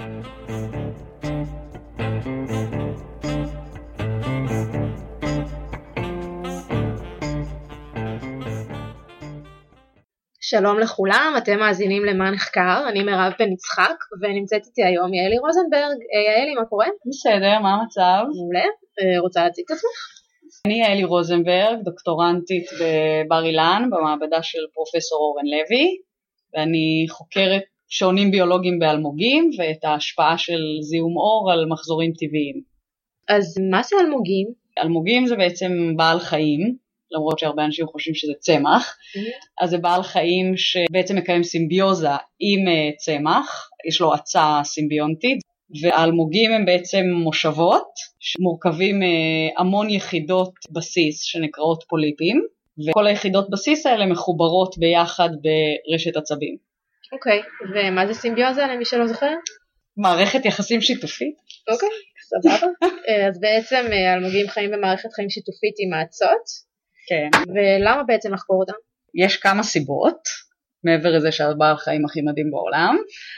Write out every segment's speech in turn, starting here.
שלום לכולם, אתם מאזינים למה נחקר, אני מירב בן יצחק ונמצאת איתי היום יעלי רוזנברג. יעלי, מה קורה? בסדר, מה המצב? מעולה, רוצה להציג את עצמך? אני יעלי רוזנברג, דוקטורנטית בבר אילן במעבדה של פרופסור אורן לוי, ואני חוקרת שעונים ביולוגיים באלמוגים ואת ההשפעה של זיהום אור על מחזורים טבעיים. אז מה זה אלמוגים? אלמוגים זה בעצם בעל חיים, למרות שהרבה אנשים חושבים שזה צמח, אז זה בעל חיים שבעצם מקיים סימביוזה עם צמח, יש לו עצה סימביונטית, והאלמוגים הם בעצם מושבות שמורכבים המון יחידות בסיס שנקראות פוליפים, וכל היחידות בסיס האלה מחוברות ביחד ברשת עצבים. אוקיי, ומה זה סימביוזה למי שלא זוכר? מערכת יחסים שיתופית. אוקיי, סבבה. אז בעצם אלמוגים חיים במערכת חיים שיתופית עם האצות. כן. ולמה בעצם לחקור אותם? יש כמה סיבות, מעבר לזה שהבעל חיים הכי מדהים בעולם,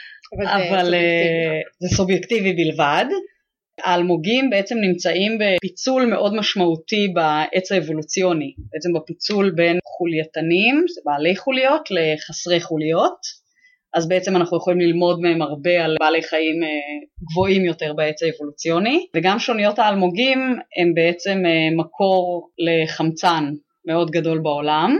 אבל זה סובייקטיבי בלבד. האלמוגים בעצם נמצאים בפיצול מאוד משמעותי בעץ האבולוציוני, בעצם בפיצול בין חולייתנים, זה בעלי חוליות, לחסרי חוליות, אז בעצם אנחנו יכולים ללמוד מהם הרבה על בעלי חיים גבוהים יותר בעץ האבולוציוני, וגם שוניות האלמוגים הם בעצם מקור לחמצן מאוד גדול בעולם,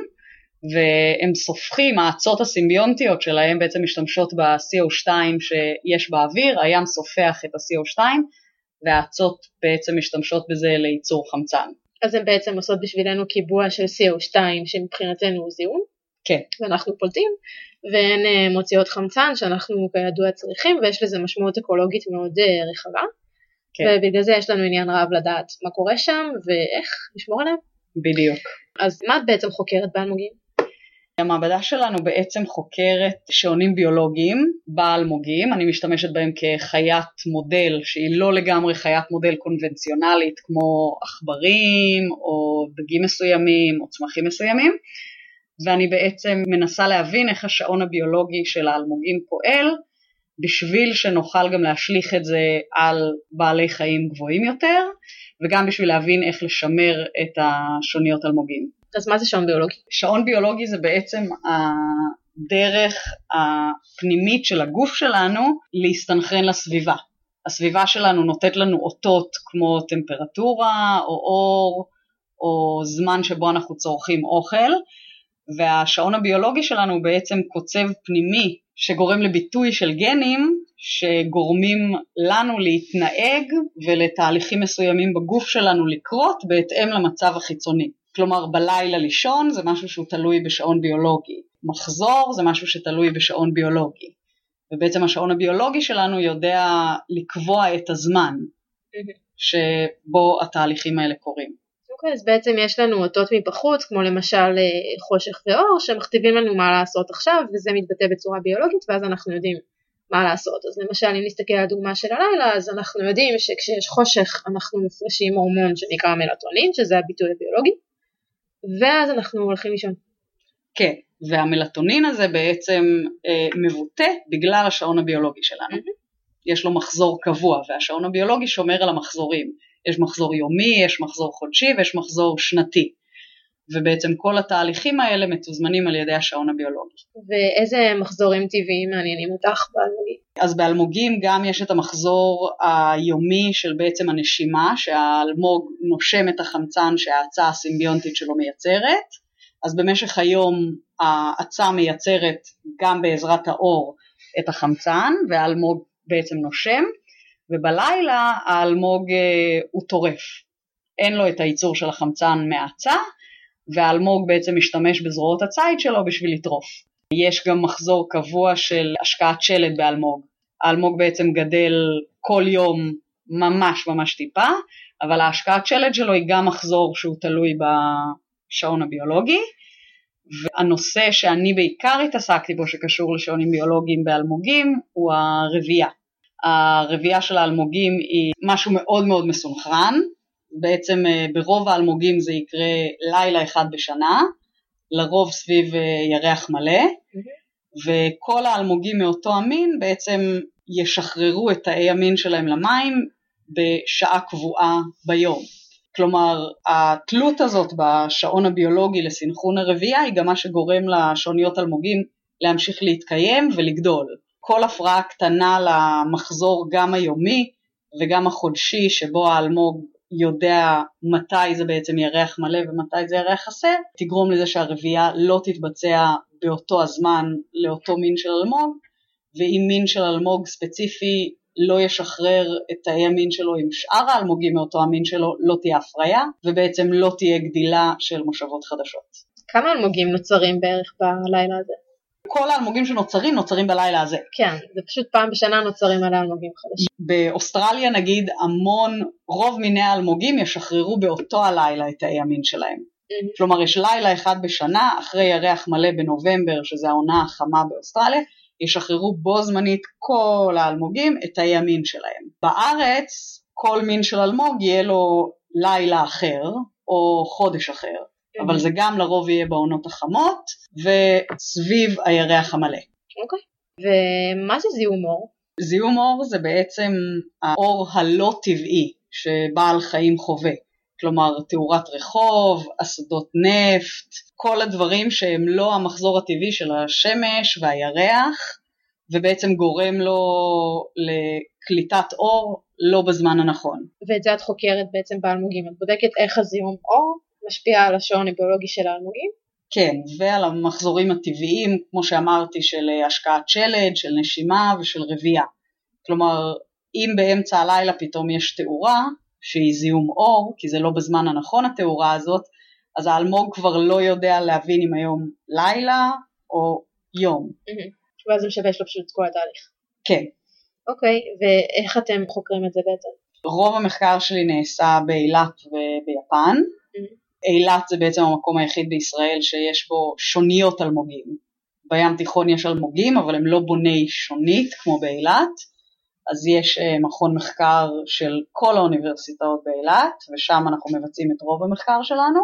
והם סופחים, האצות הסימביונטיות שלהם בעצם משתמשות ב-CO2 שיש באוויר, הים סופח את ה-CO2, והאצות בעצם משתמשות בזה לייצור חמצן. אז הם בעצם עושות בשבילנו קיבוע של CO2 שמבחינתנו הוא זיהום, כן. ואנחנו פולטים, והן מוציאות חמצן שאנחנו כידוע צריכים, ויש לזה משמעות אקולוגית מאוד רחבה, כן. ובגלל זה יש לנו עניין רב לדעת מה קורה שם, ואיך לשמור עליהם. בדיוק. אז מה את בעצם חוקרת באלמוגים? המעבדה שלנו בעצם חוקרת שעונים ביולוגיים באלמוגים, אני משתמשת בהם כחיית מודל, שהיא לא לגמרי חיית מודל קונבנציונלית, כמו עכברים, או דגים מסוימים, או צמחים מסוימים, ואני בעצם מנסה להבין איך השעון הביולוגי של האלמוגים פועל, בשביל שנוכל גם להשליך את זה על בעלי חיים גבוהים יותר, וגם בשביל להבין איך לשמר את השוניות אלמוגים. אז מה זה שעון ביולוגי? שעון ביולוגי זה בעצם הדרך הפנימית של הגוף שלנו להסתנכרן לסביבה. הסביבה שלנו נותנת לנו אותות כמו טמפרטורה או אור או זמן שבו אנחנו צורכים אוכל, והשעון הביולוגי שלנו הוא בעצם קוצב פנימי שגורם לביטוי של גנים שגורמים לנו להתנהג ולתהליכים מסוימים בגוף שלנו לקרות בהתאם למצב החיצוני. כלומר בלילה לישון זה משהו שהוא תלוי בשעון ביולוגי, מחזור זה משהו שתלוי בשעון ביולוגי, ובעצם השעון הביולוגי שלנו יודע לקבוע את הזמן שבו התהליכים האלה קורים. אוקיי, אז בעצם יש לנו אותות מבחוץ, כמו למשל חושך ואור, שמכתיבים לנו מה לעשות עכשיו, וזה מתבטא בצורה ביולוגית, ואז אנחנו יודעים מה לעשות. אז למשל, אם נסתכל על הדוגמה של הלילה, אז אנחנו יודעים שכשיש חושך, אנחנו מפרשים הורמון שנקרא מלטונין, שזה הביטוי הביולוגי, ואז אנחנו הולכים לישון. כן, והמלטונין הזה בעצם מבוטא בגלל השעון הביולוגי שלנו. יש לו מחזור קבוע, והשעון הביולוגי שומר על המחזורים. יש מחזור יומי, יש מחזור חודשי ויש מחזור שנתי. ובעצם כל התהליכים האלה מתוזמנים על ידי השעון הביולוגי. ואיזה מחזורים טבעיים מעניינים אותך באלמוגים? אז באלמוגים גם יש את המחזור היומי של בעצם הנשימה, שהאלמוג נושם את החמצן שההאצה הסימביונטית שלו מייצרת, אז במשך היום ההאצה מייצרת גם בעזרת האור את החמצן, והאלמוג בעצם נושם, ובלילה האלמוג הוא טורף, אין לו את הייצור של החמצן מההאצה, והאלמוג בעצם משתמש בזרועות הציד שלו בשביל לטרוף. יש גם מחזור קבוע של השקעת שלד באלמוג, האלמוג בעצם גדל כל יום ממש טיפה, אבל ההשקעת שלד שלו היא גם מחזור שהוא תלוי בשעון הביולוגי, והנושא שאני בעיקר התעסקתי בו שקשור לשעונים ביולוגיים באלמוגים הוא הרבייה. הרבייה של האלמוגים היא משהו מאוד מאוד מסונכרן, בעצם ברוב האלמוגים זה יקרה לילה אחד בשנה, לרוב סביב ירח מלא, וכל האלמוגים מאותו המין בעצם ישחררו את תאי המין שלהם למים בשעה קבועה ביום. כלומר, התלות הזאת בשעון הביולוגי לסנכרון הרבייה היא גם מה שגורם לשוניות אלמוגים להמשיך להתקיים ולגדול. כל הפרעה קטנה למחזור גם היומי וגם החודשי שבו האלמוג יודע מתי זה בעצם ירח מלא ומתי זה ירח חסר, תגרום לזה שהרבייה לא תתבצע באותו הזמן לאותו מין של אלמוג, ואם מין של אלמוג ספציפי לא ישחרר את תאי המין שלו עם שאר האלמוגים מאותו המין שלו, לא תהיה הפריה, ובעצם לא תהיה גדילה של מושבות חדשות. כמה אלמוגים נוצרים בערך בלילה הזה? כל האלמוגים שנוצרים בלילה הזה. כן, זה פשוט פעם בשנה נוצרים על האלמוגים חדשים. באוסטרליה נגיד רוב מיני האלמוגים ישחררו באותו הלילה את תאי המין שלהם. כלומר יש לילה אחד בשנה, אחרי ירח מלא בנובמבר, שזה העונה החמה באוסטרליה, ישחררו בו זמנית כל האלמוגים את תאי המין שלהם. בארץ כל מין של אלמוג יהיה לו לילה אחר או חודש אחר, אבל זה גם לרוב יהיה בעונות החמות וסביב הירח המלא. אוקיי. ומה זה זיהום אור? זיהום אור זה בעצם האור הלא טבעי שבעל חיים חווה. כלומר תאורת רחוב, אסדות נפט, כל הדברים שהם לא המחזור הטבעי של השמש והירח, ובעצם גורם לו לקליטת אור לא בזמן הנכון. ואת זה את חוקרת בעצם באלמוגים, את בודקת איך הזיהום אור משפיע על השעון הביולוגי של האלמוגים? כן, ועל המחזורים הטבעיים, כמו שאמרתי, של השקעת שלד, של נשימה ושל רבייה. כלומר, אם באמצע הלילה פתאום יש תאורה, שהיא זיהום אור, כי זה לא בזמן הנכון התאורה הזאת, אז האלמוג כבר לא יודע להבין אם היום לילה או יום. ואז זה משבש לו פשוט כל התהליך. כן. אוקיי, ואיך אתם חוקרים את זה בעצם? רוב המחקר שלי נעשה באילת וביפן. אילת זה בעצם המקום היחיד בישראל שיש בו שוניות אלמוגים. בים תיכון יש אלמוגים, אבל הם לא בוני שונית כמו באילת. אז יש מכון מחקר של כל האוניברסיטאות באילת, ושם אנחנו מבצעים את רוב המחקר שלנו,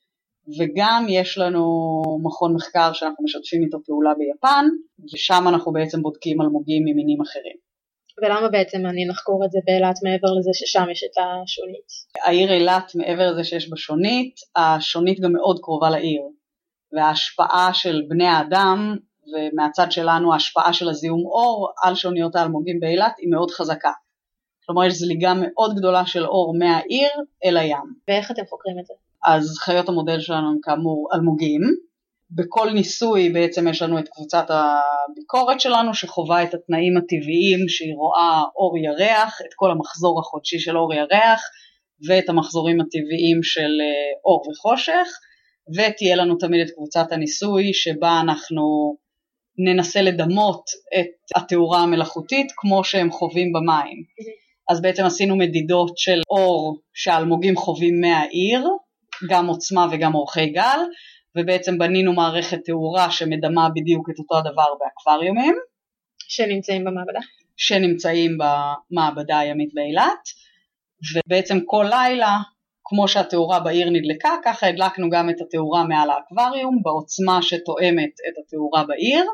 וגם יש לנו מכון מחקר שאנחנו משתפים איתו פעולה ביפן, ושם אנחנו בעצם בודקים אלמוגים ממינים אחרים. ולמה בעצם אני נחקור את זה באילת מעבר לזה ששם יש את השונית? העיר אילת מעבר לזה שיש בשונית, השונית גם מאוד קרובה לעיר, וההשפעה של בני האדם, ומהצד שלנו ההשפעה של הזיהום אור על שוניות האלמוגים באילת היא מאוד חזקה. כלומר יש זליגה מאוד גדולה של אור מהעיר אל הים. ואיך אתם חוקרים את זה? אז חיות המודל שלנו הם כאמור אלמוגים. בכל ניסוי בעצם יש לנו את קבוצת הביקורת שלנו שחובה את התנאים הטבעיים שהיא רואה אור ירח, את כל המחזור החודשי של אור ירח ואת המחזורים הטבעיים של אור וחושך, ותהיה לנו תמיד את קבוצת הניסוי שבה אנחנו ננסה לדמות את התאורה המלאכותית כמו שהם חווים במים. אז בעצם עשינו מדידות של אור שהאלמוגים חווים מהעיר, גם עוצמה וגם אורכי גל, ובעצם בנינו מערכת תאורה שמדמה בדיוק את אותו הדבר באקווריומים. שנמצאים במעבדה? שנמצאים במעבדה הימית באילת, ובעצם כל לילה, כמו שהתאורה בעיר נדלקה, ככה הדלקנו גם את התאורה מעל האקווריום, בעוצמה שתואמת את התאורה בעיר,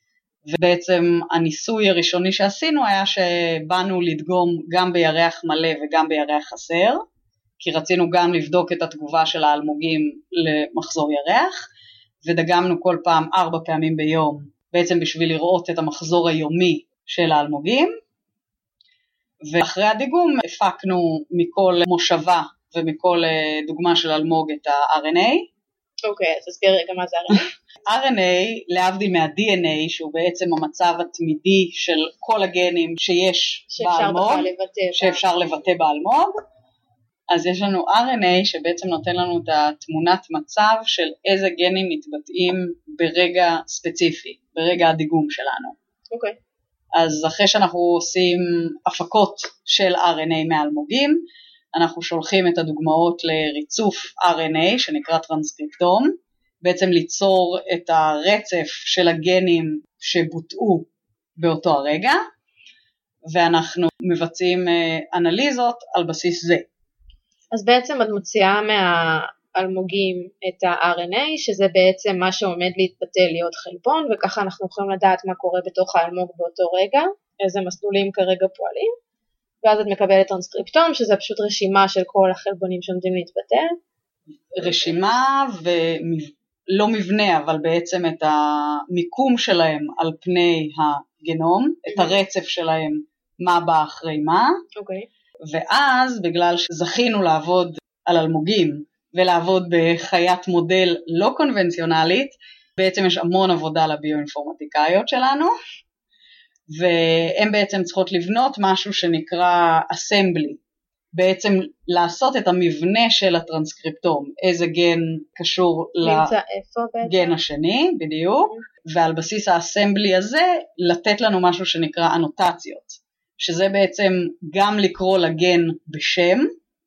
ובעצם הניסוי הראשוני שעשינו היה שבאנו לדגום גם בירח מלא וגם בירח חסר, כי רצינו גם לבדוק את התגובה של האלמוגים למחזור ירח, ודגמנו כל פעם 4 פעמים ביום, בעצם בשביל לראות את המחזור היומי של האלמוגים, ואחרי הדיגום הפקנו מכל מושבה ומכל דוגמה של אלמוג את ה-RNA. אוקיי, אז תסביר רגע מה זה RNA. RNA, להבדיל מה-DNA, שהוא בעצם המצב התמידי של כל הגנים שיש באלמוג, שאפשר לבטא באלמוג, אז יש לנו RNA שבעצם נותן לנו את התמונת מצב של איזה גנים מתבטאים ברגע ספציפי, ברגע הדיגום שלנו. אוקיי. אז אחרי שאנחנו עושים הפקות של RNA מאלמוגים, אנחנו שולחים את הדוגמאות לריצוף RNA שנקרא טרנסקריפטום, בעצם ליצור את הרצף של הגנים שבוטאו באותו הרגע, ואנחנו מבצעים אנליזות על בסיס זה. אז בעצם את מוציאה מהאלמוגים את ה-RNA, שזה בעצם מה שעומד להתבטא להיות חלבון, וככה אנחנו יכולים לדעת מה קורה בתוך האלמוג באותו רגע. איזה מסלולים כרגע פועלים, ואז את מקבלת טרנסקריפטום, שזה פשוט רשימה של כל החלבונים שעומדים להתבטא. רשימה ולא מבנה, אבל בעצם את המיקום שלהם על פני הגנום, את הרצף שלהם, מה בא אחרי מה. ואז בגלל שזכינו לעבוד על אלמוגים, ולעבוד בחיית מודל לא קונבנציונלית, בעצם יש המון עבודה לביואינפורמטיקאיות שלנו, והן בעצם צריכות לבנות משהו שנקרא assembly, בעצם לעשות את המבנה של הטרנסקריפטום, איזה גן קשור לגן השני, בדיוק, ועל בסיס האסמבלי הזה לתת לנו משהו שנקרא אנוטציות, שזה בעצם גם לקרוא לגן בשם,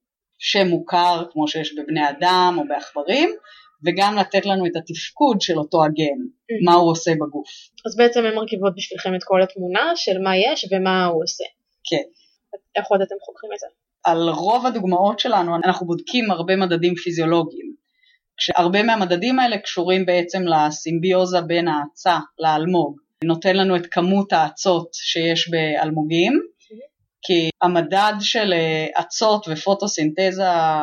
שם מוכר כמו שיש בבני אדם או בעכברים, וגם לתת לנו את התפקוד של אותו הגן, מה הוא עושה בגוף. אז בעצם הם מרכיבות בשבילכם את כל התמונה של מה יש ומה הוא עושה. כן. איך עוד אתם חוקרים את זה? על רוב הדוגמאות שלנו אנחנו בודקים הרבה מדדים פיזיולוגיים, כשהרבה מהמדדים האלה קשורים בעצם לסימביוזה בין האצה לאלמוג, נותן לנו את כמות האצות שיש באלמוגים, כי המדד של אצות ופוטוסינתזה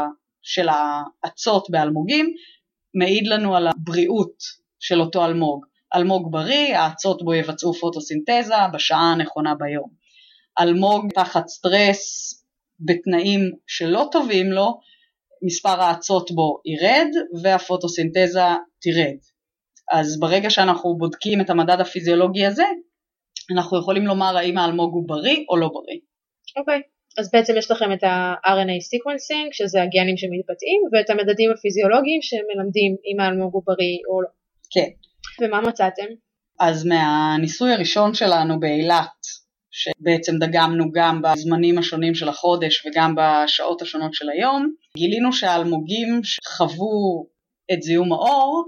של האצות באלמוגים, מעיד לנו על הבריאות של אותו אלמוג. אלמוג בריא, האצות בו יבצעו פוטוסינתזה בשעה הנכונה ביום. אלמוג תחת סטרס בתנאים שלא טובים לו, מספר האצות בו ירד והפוטוסינתזה תרד. אז ברגע שאנחנו בודקים את המדד הפיזיולוגי הזה, אנחנו יכולים לומר האם האלמוג הוא בריא או לא בריא. אוקיי. אז בעצם יש לכם את ה-RNA sequencing, שזה הגנים שמתבטאים, ואת המדדים הפיזיולוגיים שמלמדים אם האלמוג הוא בריא או לא. כן. ומה מצאתם? אז מהניסוי הראשון שלנו באילת, שבעצם דגמנו גם בזמנים השונים של החודש וגם בשעות השונות של היום, גילינו שהאלמוגים שחוו את זיהום האור,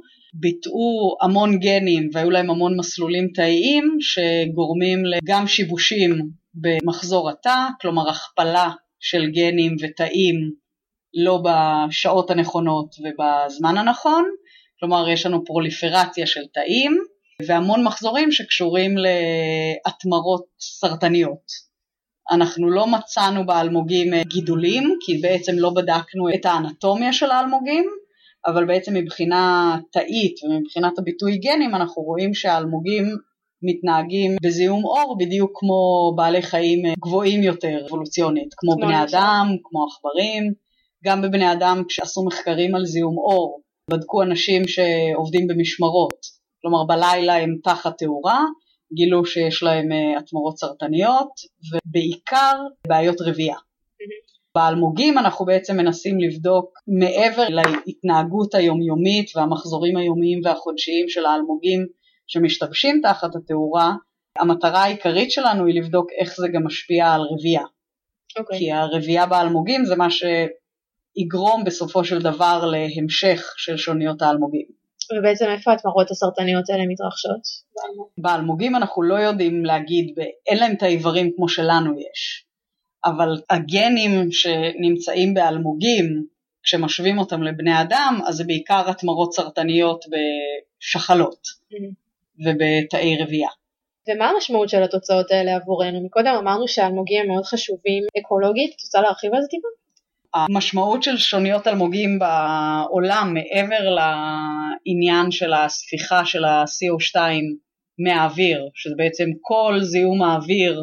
ביטאו המון גנים והיו להם המון מסלולים תאיים שגורמים גם שיבושים במחזור התא, כלומר הכפלה של גנים ותאים לא בשעות הנכונות ובזמן הנכון, כלומר יש לנו פרוליפרציה של תאים והמון מחזורים שקשורים להתמרות סרטניות. אנחנו לא מצאנו באלמוגים גידולים, כי בעצם לא בדקנו את האנטומיה של האלמוגים, אבל בעצם מבחינה תאית ומבחינת הביטוי גנים אנחנו רואים שהאלמוגים מתנהגים בזיהום אור בדיוק כמו בעלי חיים גבוהים יותר אבולוציונית, כמו בני אדם, כמו עכברים. גם בבני אדם כשעשו מחקרים על זיהום אור, בדקו אנשים שעובדים במשמרות, כלומר בלילה הם תחת תאורה, גילו שיש להם התמרות סרטניות ובעיקר בעיות רבייה. באלמוגים אנחנו בעצם מנסים לבדוק מעבר להתנהגות היומיומית והמחזורים היומיים והחודשיים של האלמוגים שמשתבשים תחת התאורה, המטרה העיקרית שלנו היא לבדוק איך זה גם משפיע על רבייה. כי הרבייה באלמוגים זה מה שיגרום בסופו של דבר להמשך של שוניות האלמוגים. ובעצם איפה התמרות הסרטניות האלה מתרחשות? באלמוגים אנחנו לא יודעים להגיד, אין להם את האיברים כמו שלנו יש. אבל הגנים שנמצאים באלמוגים, כשמשווים אותם לבני אדם, אז זה בעיקר התמרות סרטניות בשחלות ובתאי רבייה. ומה המשמעות של התוצאות האלה עבורנו? מקודם אמרנו שהאלמוגים הם מאוד חשובים אקולוגית, את רוצה להרחיב על זה טיפה? המשמעות של שוניות אלמוגים בעולם, מעבר לעניין של הספיחה של ה-CO2 מהאוויר, שזה בעצם כל זיהום האוויר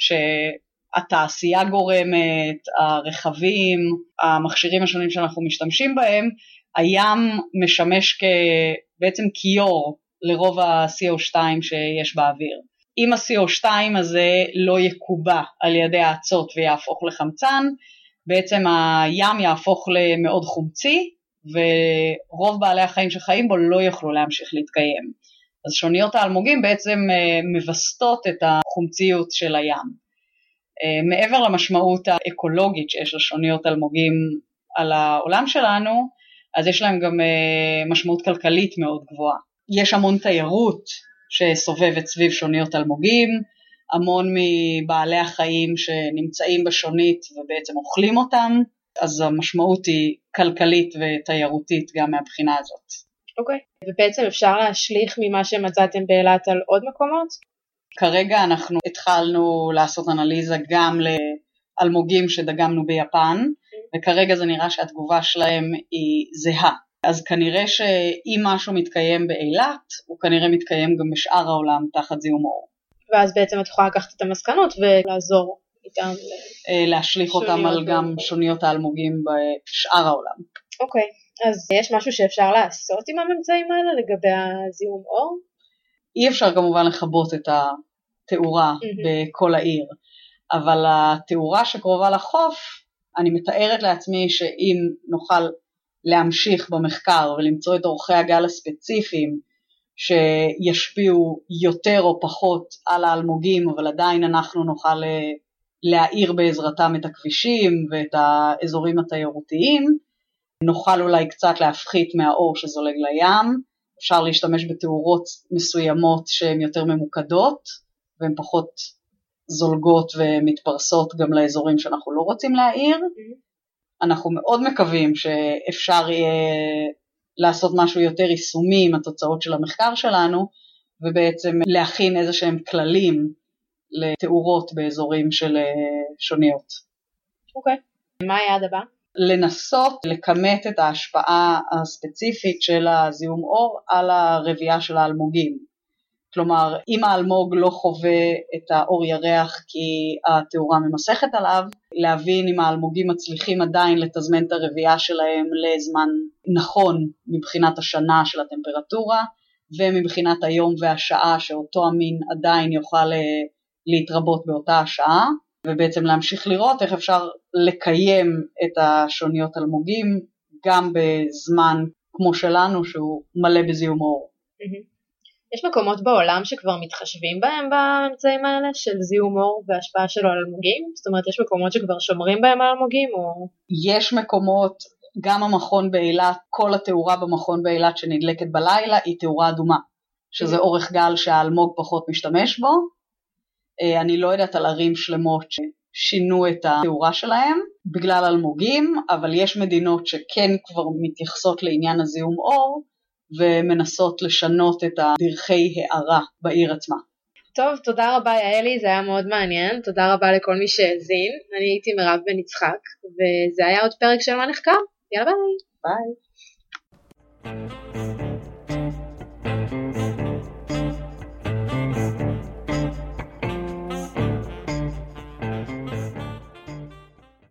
שהתעשייה גורמת, הרכבים, המכשירים השונים שאנחנו משתמשים בהם, הים משמש בעצם כיור לרוב ה-CO2 שיש באוויר. אם ה-CO2 הזה לא יקובע על ידי האצות ויהפוך לחמצן, בעצם הים יהפוך למאוד חומצי, ורוב בעלי החיים שחיים בו לא יוכלו להמשיך להתקיים. אז שוניות האלמוגים בעצם מבסטות את החומציות של הים. מעבר למשמעות האקולוגית שיש לשוניות אלמוגים על העולם שלנו, אז יש להם גם משמעות כלכלית מאוד גבוהה. יש המון תיירות שסובבת סביב שוניות אלמוגים, המון מבעלי החיים שנמצאים בשונית ובעצם אוכלים אותם, אז המשמעות היא כלכלית ותיירותית גם מהבחינה הזאת. אוקיי, ובעצם אפשר להשליך ממה שמצאתם באילת על עוד מקומות? כרגע אנחנו התחלנו לעשות אנליזה גם לאלמוגים שדגמנו ביפן, וכרגע זה נראה שהתגובה שלהם היא זהה. אז כנראה שאם משהו מתקיים באילת, הוא כנראה מתקיים גם בשאר העולם תחת זיהום אור. ואז בעצם את יכולה לקחת את המסקנות ולעזור איתם. להשליך אותם על גם שוניות האלמוגים בשאר העולם. אוקיי, אז יש משהו שאפשר לעשות עם הממצאים האלה לגבי הזיהום אור? אי אפשר כמובן לכבות את התאורה בכל העיר, אבל התאורה שקרובה לחוף, אני מתארת לעצמי שאם נוכל להמשיך במחקר ולמצוא את אורכי הגל הספציפיים שישפיעו יותר או פחות על האלמוגים, אבל עדיין אנחנו נוכל להאיר בעזרתם את הכבישים ואת האזורים התיירותיים, נוכל אולי קצת להפחית מהאור שזולג לים, אפשר להשתמש בתאורות מסוימות שהן יותר ממוקדות, והן פחות זולגות ומתפרסות גם לאזורים שאנחנו לא רוצים להאיר. אנחנו מאוד מקווים שאפשר יהיה לעשות משהו יותר יישומי עם התוצאות של המחקר שלנו, ובעצם להכין איזה שהם כללים לתאורות באזורים של שוניות. אוקיי, מה היעד הבא? לנסות לכמת את ההשפעה הספציפית של הזיהום אור על הרבייה של האלמוגים. כלומר, אם האלמוג לא חווה את האור ירח כי התאורה ממסכת עליו, להבין אם האלמוגים מצליחים עדיין לתזמן את הרבייה שלהם לזמן נכון מבחינת השנה של הטמפרטורה, ומבחינת היום והשעה שאותו המין עדיין יוכל להתרבות באותה השעה, ובעצם להמשיך לראות איך אפשר לקיים את השוניות אלמוגים גם בזמן כמו שלנו שהוא מלא בזיהום אור. יש מקומות בעולם שכבר מתחשבים בהם באמצעים האלה של זיהום אור והשפעה שלו על אלמוגים? זאת אומרת, יש מקומות שכבר שומרים בהם על אלמוגים? או... יש מקומות, גם המכון באילת, כל התאורה במכון באילת שנדלקת בלילה היא תאורה אדומה, שזה אורך גל שהאלמוג פחות משתמש בו. אני לא יודעת על ערים שלמות ששינו את התאורה שלהם בגלל אלמוגים, אבל יש מדינות שכן כבר מתייחסות לעניין הזיהום אור, ומנסות לשנות את דרכי הערה בעיר עצמה. טוב, תודה רבה יעלי, זה היה מאוד מעניין, תודה רבה לכל מי שהאזין, אני הייתי מירב בן יצחק, וזה היה עוד פרק של מה נחקר, יאללה ביי. ביי.